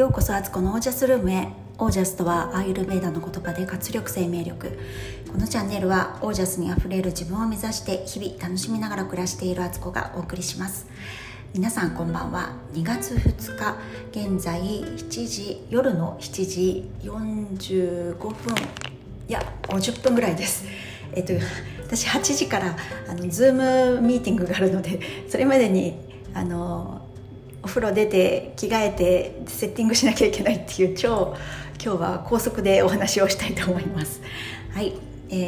ようこそアツコのオージャスルームへ。オージャスとはアーユルヴェーダの言葉で活力、生命力。このチャンネルはオージャスにあふれる自分を目指して日々楽しみながら暮らしているアツコがお送りします。皆さんこんばんは。2月2日現在夜の7時45分いや50分ぐらいです。私8時からズームミーティングがあるので、それまでにお風呂出て着替えてセッティングしなきゃいけないっていう今日は高速でお話をしたいと思います。はい、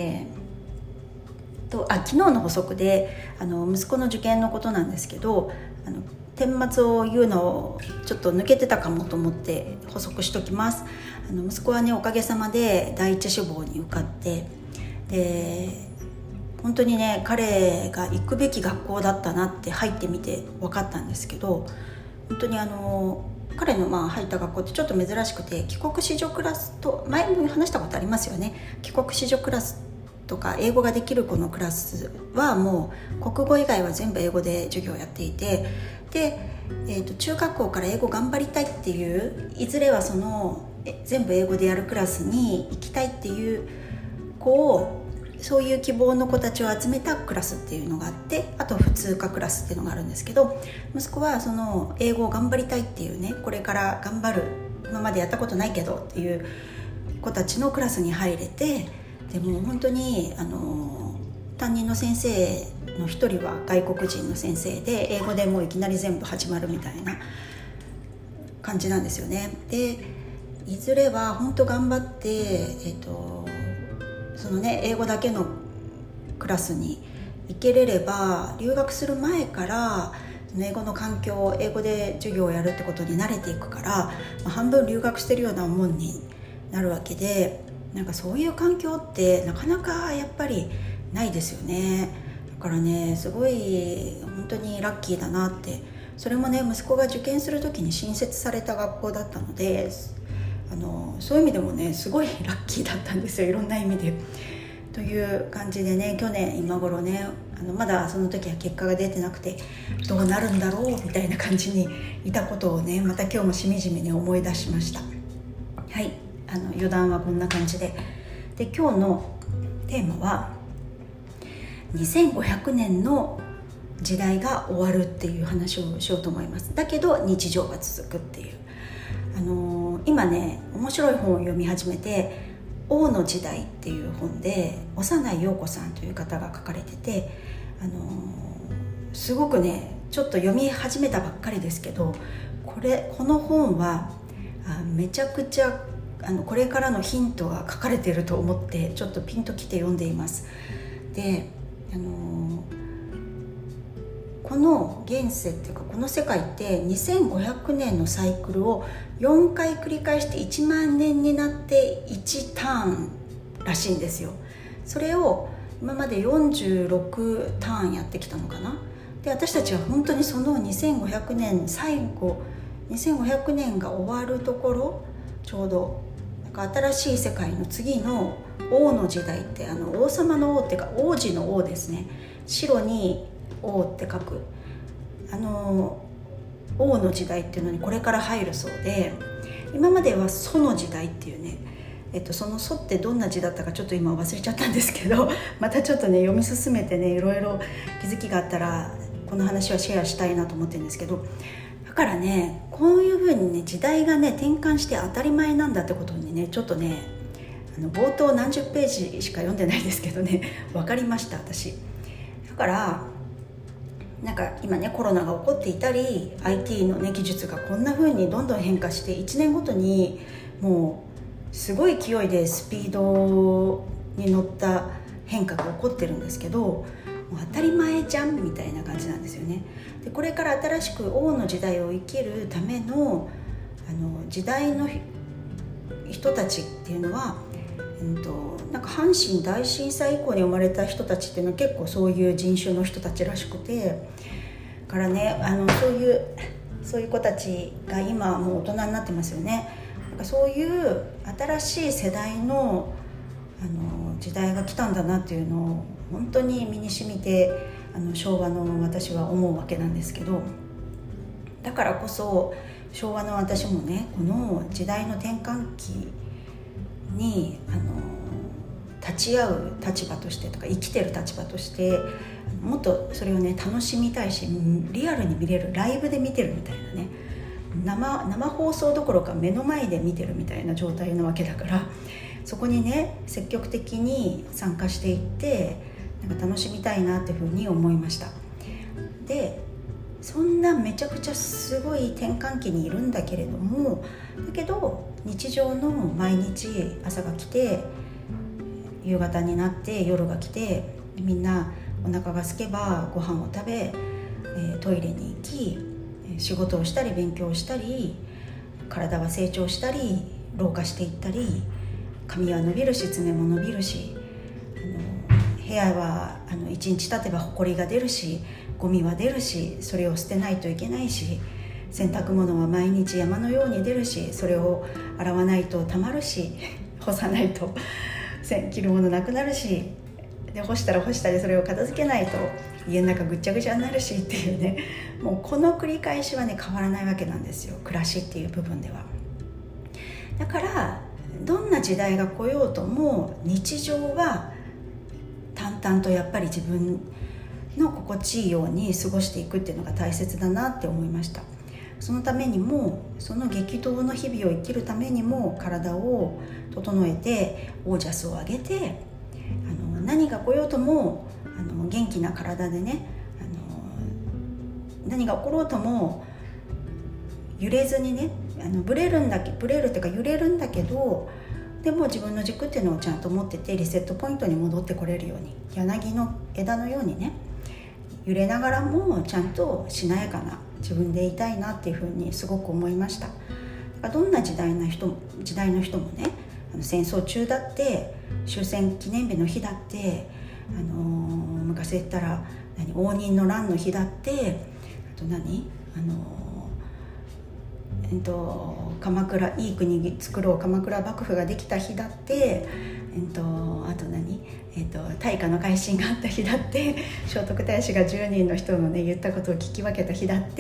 昨日の補足で息子の受験のことなんですけど、顛末を言うのをちょっと抜けてたかもと思って補足しときます。息子はね、おかげさまで第一志望に受かって、で本当にね、彼が行くべき学校だったなって入ってみて分かったんですけど、本当に彼の入った学校ってちょっと珍しくて、帰国子女クラスと前も話したことありますよね。帰国子女クラスとか英語ができる子のクラスはもう国語以外は全部英語で授業をやっていて、で、中学校から英語頑張りたいっていう、いずれはその全部英語でやるクラスに行きたいっていう子を、そういう希望の子たちを集めたクラスっていうのがあって、あと普通科クラスっていうのがあるんですけど、息子はその英語を頑張りたいっていうね、これから頑張る、今までやったことないけどっていう子たちのクラスに入れて、でも本当に担任の先生の一人は外国人の先生で、英語でもういきなり全部始まるみたいな感じなんですよね。でいずれは本当頑張ってそのね、英語だけのクラスに行けれれば、留学する前から英語の環境、英語で授業をやるってことに慣れていくから、半分留学してるようなもんになるわけで、なんかそういう環境ってなかなかやっぱりないですよね。だからね、すごい本当にラッキーだなって。それもね、息子が受験する時に新設された学校だったので、そういう意味でもね、すごいラッキーだったんですよ、いろんな意味で。という感じでね、去年今頃ね、まだその時は結果が出てなくて、どうなるんだろうみたいな感じにいたことをね、また今日もしみじみに思い出しました。はい、余談はこんな感じで。で、今日のテーマは2500年の時代が終わるっていう話をしようと思います。だけど日常が続くっていう、今ね、面白い本を読み始めて、王の時代っていう本で長内陽子さんという方が書かれてて、すごくね、ちょっと読み始めたばっかりですけど、この本はめちゃくちゃこれからのヒントが書かれていると思って、ちょっとピンときて読んでいます。で、この現世っていうか、この世界って2500年のサイクルを4回繰り返して1万年になって1ターンらしいんですよ。それを今まで46ターンやってきたのかな。で、私たちは本当にその2500年最後、2500年が終わるところ、ちょうどなんか新しい世界の次の王の時代って、王様の王っていうか王子の王ですね。白に王って書く王の時代っていうのにこれから入るそうで、今までは祖の時代っていうね、その祖ってどんな字だったかちょっと今忘れちゃったんですけど、またちょっとね、読み進めてね、いろいろ気づきがあったらこの話はシェアしたいなと思ってるんですけど、だからね、こういう風にね、時代がね転換して当たり前なんだってことにね、ちょっとね、冒頭何十ページしか読んでないですけどね、分かりました。私だからなんか今ね、コロナが起こっていたり IT のね、技術がこんな風にどんどん変化して、1年ごとにもうすごい勢いでスピードに乗った変化が起こってるんですけど、もう当たり前じゃんみたいな感じなんですよね。で、これから新しく王の時代を生きるための時代の人たちっていうのは、なんか阪神大震災以降に生まれた人たちっていうのは結構そういう人種の人たちらしくて、からね、そういう子たちが今もう大人になってますよね。なんかそういう新しい世代の時代が来たんだなっていうのを本当に身に染みて昭和の私は思うわけなんですけど、だからこそ昭和の私もね、この時代の転換期に立ち会う立場としてとか、生きてる立場としてもっとそれをね楽しみたいし、リアルに見れる、ライブで見てるみたいなね、生放送どころか目の前で見てるみたいな状態なわけだから、そこにね積極的に参加していってなんか楽しみたいなっていうふうに思いました。でそんなめちゃくちゃすごい転換期にいるんだけれども、だけど日常の毎日、朝が来て夕方になって夜が来て、みんなお腹が空けばご飯を食べ、トイレに行き、仕事をしたり勉強をしたり、体は成長したり老化していったり、髪は伸びるし爪も伸びるし、部屋は1日経てばホコリが出るし、ゴミは出るし、それを捨てないといけないし、洗濯物は毎日山のように出るし、それを洗わないとたまるし、干さないと着るものなくなるし、で干したら干したりそれを片付けないと家の中ぐっちゃぐちゃになるしっていうね、もうこの繰り返しはね変わらないわけなんですよ、暮らしっていう部分では。だからどんな時代が来ようとも日常は淡々とやっぱり自分の心地いいように過ごしていくっていうのが大切だなって思いました。そのためにも、その激動の日々を生きるためにも体を整えてオージャスを上げて、何が来ようとも元気な体でね、何が起ころうとも揺れずにね、ブレるっていうか揺れるんだけど、でも自分の軸っていうのをちゃんと持ってて、リセットポイントに戻ってこれるように、柳の枝のようにね揺れながらもちゃんとしなやかな自分でいたいなっていうふうにすごく思いました。だからどんな時代の人もね、戦争中だって終戦記念日の日だって、昔言ったら応仁の乱の日だって、あと鎌倉、いい国作ろう、鎌倉幕府ができた日だって、あと大化の改新があった日だって、聖徳太子が10人の人のね言ったことを聞き分けた日だって、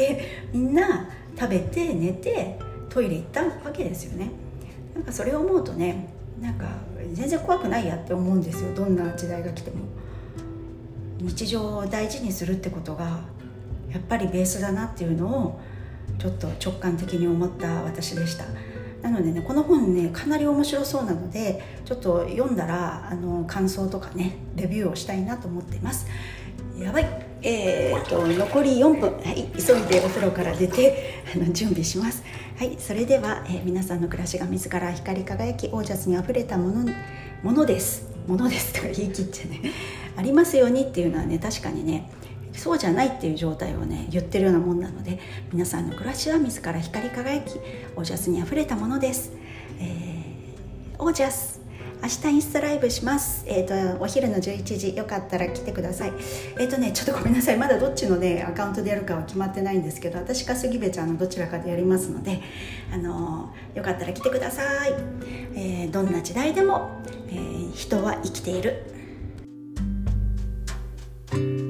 みんな食べて寝てトイレ行ったわけですよね。なんかそれを思うとね、なんか全然怖くないやって思うんですよ。どんな時代が来ても日常を大事にするってことがやっぱりベースだなっていうのをちょっと直感的に思った私でした。なのでね、この本ねかなり面白そうなので、ちょっと読んだら感想とかねレビューをしたいなと思っています。やばい、残り4分、はい、急いでお風呂から出て準備します。はい、それでは、皆さんの暮らしが自ら光り輝きオージャスにあふれたものですとか言い切ってねありますようにっていうのはね、確かにねそうじゃないっていう状態をね言ってるようなもんなので、皆さんの暮らしは自ら光り輝きオージャスにあふれたものです。オージャス明日インスタライブします。お昼の11時よかったら来てください。ちょっとごめんなさい、まだどっちのねアカウントでやるかは決まってないんですけど、私か杉部ちゃんのどちらかでやりますので、よかったら来てください。どんな時代でも、人は生きている。